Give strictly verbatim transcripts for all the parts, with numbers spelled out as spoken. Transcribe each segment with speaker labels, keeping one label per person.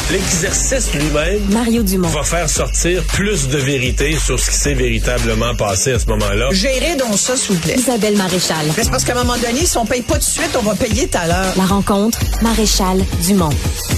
Speaker 1: L'exercice lui-même
Speaker 2: Mario Dumont
Speaker 1: va faire sortir plus de vérité sur ce qui s'est véritablement passé à ce moment-là.
Speaker 3: Gérez donc ça, s'il vous plaît.
Speaker 2: Isabelle Maréchal.
Speaker 3: Mais c'est parce qu'à un moment donné, si on paye pas tout de suite, on va payer tout à l'heure.
Speaker 2: La rencontre, Maréchal Dumont.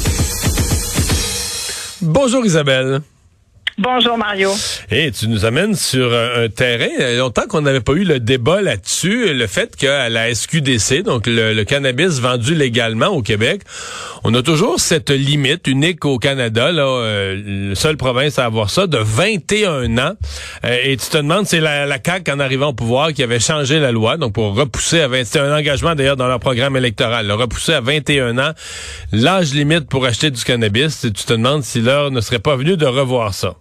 Speaker 1: Bonjour Isabelle.
Speaker 4: Bonjour Mario.
Speaker 1: Et tu nous amènes sur un, un terrain, il y a longtemps qu'on n'avait pas eu le débat là-dessus, le fait qu'à la S Q D C, donc le, le cannabis vendu légalement au Québec, on a toujours cette limite unique au Canada, là, euh, la seule province à avoir ça, de vingt et un ans. Euh, et tu te demandes, c'est la, la C A Q en arrivant au pouvoir qui avait changé la loi, donc pour repousser à vingt, c'était un engagement d'ailleurs dans leur programme électoral, là, repousser à vingt et un ans l'âge limite pour acheter du cannabis. Et tu te demandes si l'heure ne serait pas venue de revoir ça.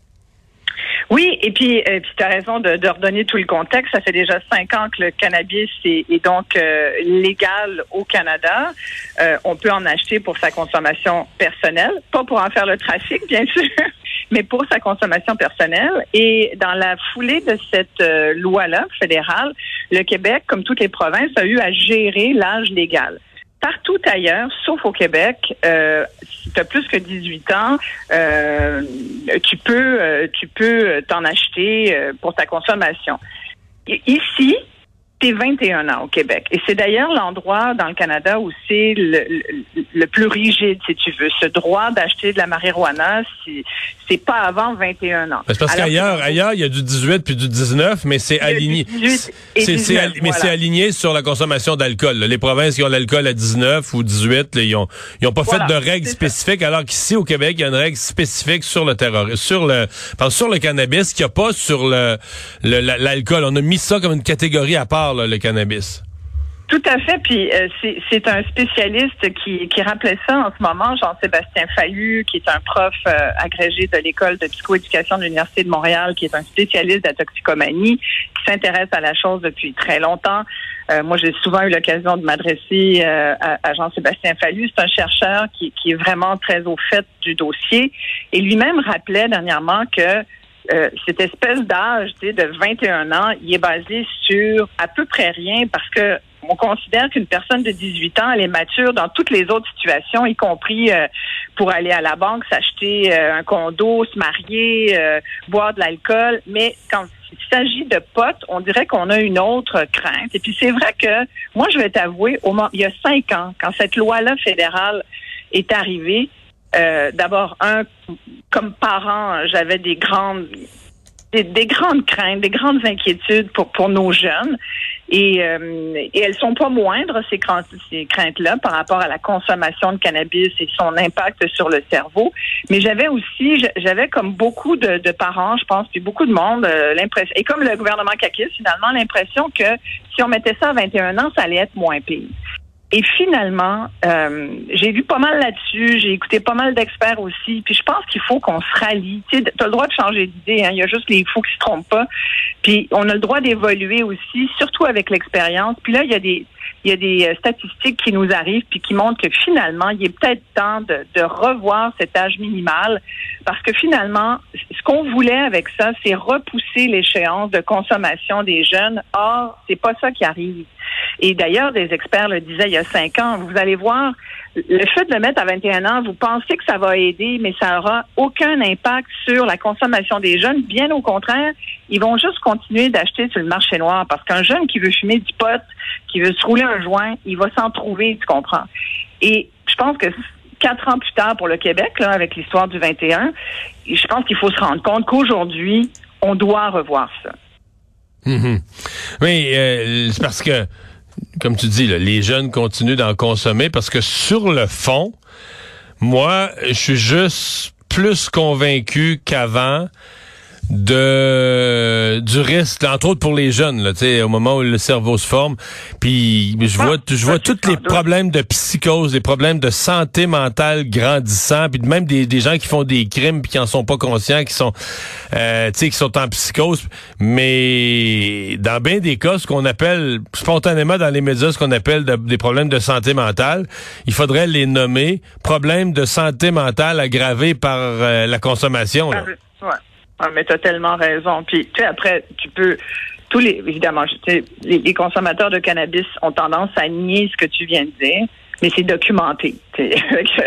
Speaker 4: Oui, et puis, euh, puis tu as raison de, de redonner tout le contexte. Ça fait déjà cinq ans que le cannabis est, est donc euh, légal au Canada. Euh, on peut en acheter pour sa consommation personnelle, pas pour en faire le trafic, bien sûr, mais pour sa consommation personnelle. Et dans la foulée de cette euh, loi-là fédérale, le Québec, comme toutes les provinces, a eu à gérer l'âge légal. Partout ailleurs, sauf au Québec, euh, si tu as plus que dix-huit ans, euh, tu peux euh, tu peux t'en acheter euh, pour ta consommation. Et ici, t'es vingt et un ans au Québec. Et c'est d'ailleurs l'endroit dans le Canada où c'est le, le, le plus rigide, si tu veux. Ce droit d'acheter de la marijuana, c'est, c'est pas avant vingt et un ans.
Speaker 1: C'est parce Alors, qu'ailleurs, ailleurs, il y a du dix-huit puis du dix-neuf, mais c'est aligné. C'est, c'est, c'est ali- mais voilà. C'est aligné sur la consommation d'alcool. Là. Les provinces qui ont l'alcool à dix-neuf ou dix-huit, là, ils ont, ils ont pas voilà, fait de règles spécifiques, ça. Alors qu'ici, au Québec, il y a une règle spécifique sur le terrorisme, sur le, enfin, sur le cannabis, qu'il n'y a pas sur le, le, l'alcool. On a mis ça comme une catégorie à part, là, le cannabis.
Speaker 4: Tout à fait, puis euh, c'est, c'est un spécialiste qui, qui rappelait ça en ce moment, Jean-Sébastien Fallu, qui est un prof euh, agrégé de l'École de psychoéducation de l'Université de Montréal, qui est un spécialiste de la toxicomanie, qui s'intéresse à la chose depuis très longtemps. Euh, moi, j'ai souvent eu l'occasion de m'adresser euh, à, à Jean-Sébastien Fallu. C'est un chercheur qui, qui est vraiment très au fait du dossier. Et lui-même rappelait dernièrement que Euh, cette espèce d'âge, tu sais, de vingt et un ans, il est basé sur à peu près rien parce que on considère qu'une personne de dix-huit ans, elle est mature dans toutes les autres situations, y compris euh, pour aller à la banque, s'acheter euh, un condo, se marier, euh, boire de l'alcool. Mais quand il s'agit de potes, on dirait qu'on a une autre crainte. Et puis c'est vrai que, moi, je vais t'avouer, au moment, il y a cinq ans, quand cette loi-là fédérale est arrivée, Euh, d'abord, un, comme parent, j'avais des grandes, des, des grandes craintes, des grandes inquiétudes pour pour nos jeunes, et, euh, et elles sont pas moindres ces craintes, ces craintes-là par rapport à la consommation de cannabis et son impact sur le cerveau. Mais j'avais aussi, j'avais comme beaucoup de, de parents, je pense, puis beaucoup de monde, euh, l'impression, et comme le gouvernement caquiste, finalement, l'impression que si on mettait ça à vingt et un ans, ça allait être moins pire. Et finalement, euh, j'ai lu pas mal là-dessus, j'ai écouté pas mal d'experts aussi, puis je pense qu'il faut qu'on se rallie. Tu sais, t'as le droit de changer d'idée, hein, il y a juste les fous qui se trompent pas. Puis on a le droit d'évoluer aussi, surtout avec l'expérience. Puis là, il y a des il y a des statistiques qui nous arrivent puis qui montrent que finalement, il est peut-être temps de, de revoir cet âge minimal parce que finalement, ce qu'on voulait avec ça, c'est repousser l'échéance de consommation des jeunes. Or, c'est pas ça qui arrive. Et d'ailleurs, des experts le disaient il y a cinq ans, vous allez voir, le fait de le mettre à vingt et un ans, vous pensez que ça va aider, mais ça n'aura aucun impact sur la consommation des jeunes. Bien au contraire, ils vont juste continuer d'acheter sur le marché noir parce qu'un jeune qui veut fumer du pot, qui veut se rouler un joint, il va s'en trouver, tu comprends. Et je pense que quatre ans plus tard pour le Québec, là, avec l'histoire du vingt et un, je pense qu'il faut se rendre compte qu'aujourd'hui, on doit revoir ça.
Speaker 1: Mmh. Oui, euh, c'est parce que, comme tu dis, là, les jeunes continuent d'en consommer parce que sur le fond, moi, je suis juste plus convaincu qu'avant de du risque, entre autres pour les jeunes, là, tu sais, au moment où le cerveau se forme. Puis je vois, je vois tous les problèmes de psychose, les problèmes de santé mentale grandissants, puis même des, des gens qui font des crimes puis qui en sont pas conscients, qui sont, euh, tu sais, qui sont en psychose. Mais dans bien des cas, ce qu'on appelle spontanément dans les médias, ce qu'on appelle de, des problèmes de santé mentale, il faudrait les nommer problèmes de santé mentale aggravés par euh, la consommation. Là.
Speaker 4: Ouais. Ah, mais tu as tellement raison. Puis, tu sais, après, tu peux... Tous les... Évidemment, tu sais, les, les consommateurs de cannabis ont tendance à nier ce que tu viens de dire, mais c'est documenté. Tu as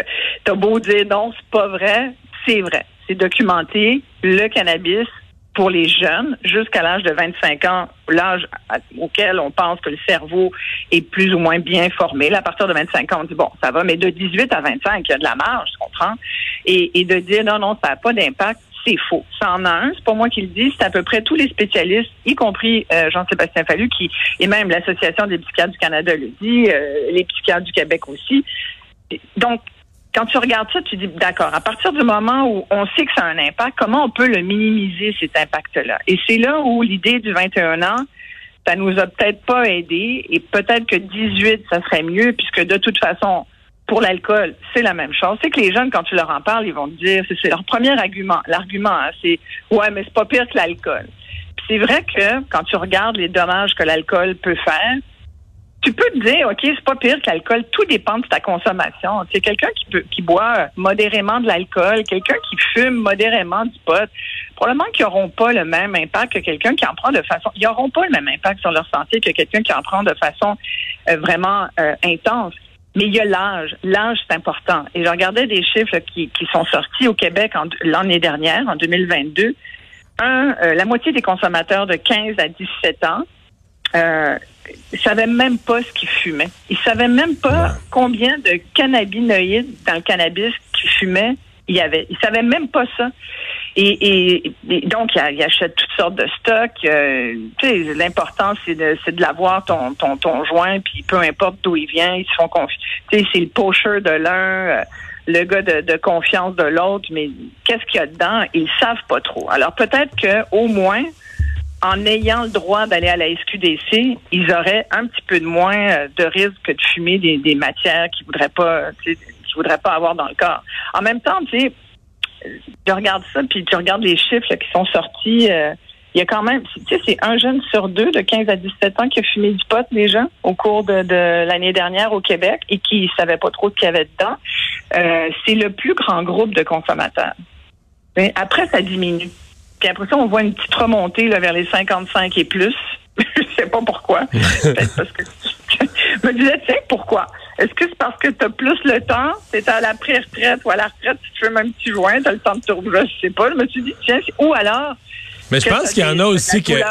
Speaker 4: t'as beau dire non, c'est pas vrai, c'est vrai. C'est documenté. Le cannabis, pour les jeunes, jusqu'à l'âge de vingt-cinq ans, l'âge auquel on pense que le cerveau est plus ou moins bien formé. Là, à partir de vingt-cinq ans, on dit, bon, ça va, mais de dix-huit à vingt-cinq, il y a de la marge, tu comprends? Et, et de dire, non, non, ça n'a pas d'impact, c'est faux. Ça en a un, c'est pas moi qui le dis, c'est à peu près tous les spécialistes, y compris euh, Jean-Sébastien Fallu, qui et même l'Association des psychiatres du Canada le dit, euh, les psychiatres du Québec aussi. Donc, quand tu regardes ça, tu dis, d'accord, à partir du moment où on sait que ça a un impact, comment on peut le minimiser, cet impact-là? Et c'est là où l'idée du vingt et un ans, ça nous a peut-être pas aidé, et peut-être que dix-huit, ça serait mieux, puisque de toute façon, pour l'alcool, c'est la même chose. C'est que les jeunes, quand tu leur en parles, ils vont te dire, c'est, c'est leur premier argument. L'argument, hein, c'est, ouais, mais c'est pas pire que l'alcool. Puis c'est vrai que quand tu regardes les dommages que l'alcool peut faire, tu peux te dire, OK, c'est pas pire que l'alcool. Tout dépend de ta consommation. C'est quelqu'un qui peut, qui boit modérément de l'alcool, quelqu'un qui fume modérément du pot. Probablement qu'ils n'auront pas le même impact que quelqu'un qui en prend de façon, ils n'auront pas le même impact sur leur santé que quelqu'un qui en prend de façon euh, vraiment euh, intense. Mais il y a l'âge. L'âge, c'est important. Et je regardais des chiffres là, qui, qui sont sortis au Québec en, l'année dernière, en deux mille vingt-deux. Un, euh, la moitié des consommateurs de quinze à dix-sept ans euh, ils savaient même pas ce qu'ils fumaient. Ils savaient même pas ouais. combien de cannabinoïdes dans le cannabis qu'ils fumaient il y avait. Ils savaient même pas ça. Et, et, et donc, ils achètent toutes sortes de stocks. Euh, tu sais, l'important, c'est de, c'est de l'avoir, ton, ton, ton joint, puis peu importe d'où il vient, ils se font confiance. Tu sais, c'est le pocher de l'un, euh, le gars de, de confiance de l'autre, mais qu'est-ce qu'il y a dedans? Ils savent pas trop. Alors, peut-être que au moins, en ayant le droit d'aller à la S Q D C, ils auraient un petit peu de moins de risque que de fumer des, des matières qu'ils voudraient pas, tu sais, qu'ils voudraient pas avoir dans le corps. En même temps, tu sais, tu regardes ça, puis tu regardes les chiffres là, qui sont sortis. Euh, il y a quand même, tu sais, c'est un jeune sur deux de quinze à dix-sept ans qui a fumé du pot déjà au cours de, de l'année dernière au Québec et qui savait pas trop ce qu'il y avait dedans. Euh, c'est le plus grand groupe de consommateurs. Mais après, ça diminue. Puis après ça, on voit une petite remontée là, vers les cinquante-cinq et plus. Je sais pas pourquoi. Peut-être parce que je me disais, tiens, pourquoi? Est-ce que c'est parce que tu as plus le temps? C'est à la pré-retraite ou à la retraite, si tu fais un petit joint, tu as le temps de te rouler, je sais pas. Je me suis dit, tiens, ou alors...
Speaker 1: Mais je pense qu'il y en a aussi que...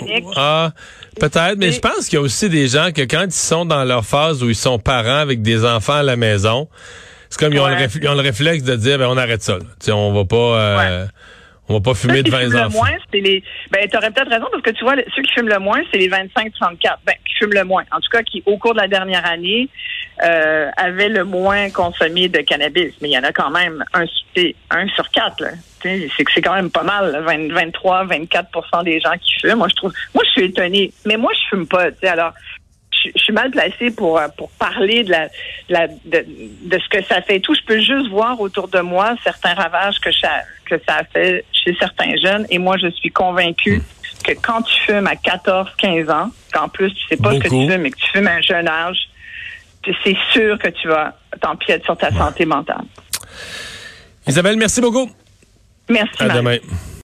Speaker 1: Ah, peut-être, mais je pense qu'il y a aussi des gens que quand ils sont dans leur phase où ils sont parents avec des enfants à la maison, c'est comme ils ont, ouais. le, réf- ils ont le réflexe de dire, ben on arrête ça. Tu sais, on va pas... Euh, ouais. On va pas fumer devant les enfants. Le moins, c'est les. Ben, t'aurais peut-être raison parce que tu vois, ceux qui fument le moins, c'est les vingt-cinq trente-quatre. Ben, qui fument le moins. En tout cas, qui, au cours de la dernière année, euh, avaient le moins consommé de cannabis. Mais il y en a quand même un, un sur quatre, là. C'est, c'est quand même pas mal, là. vingt, vingt-trois, vingt-quatre pour cent des gens qui fument. Moi, je trouve, moi, je suis étonnée. Mais moi, je fume pas, tu sais. Alors, je suis mal placée pour pour parler de la, de la de, de ce que ça fait et tout. Je peux juste voir autour de moi certains ravages que ça que ça a fait chez certains jeunes. Et moi, je suis convaincue que quand tu fumes à quatorze, quinze ans, qu'en plus tu sais pas Beaucoup. ce que tu fumes, mais que tu fumes à un jeune âge, c'est sûr que tu vas t'empiéter sur ta santé mentale. Isabelle, merci beaucoup.
Speaker 4: Merci.
Speaker 1: À
Speaker 4: Marie.
Speaker 1: demain.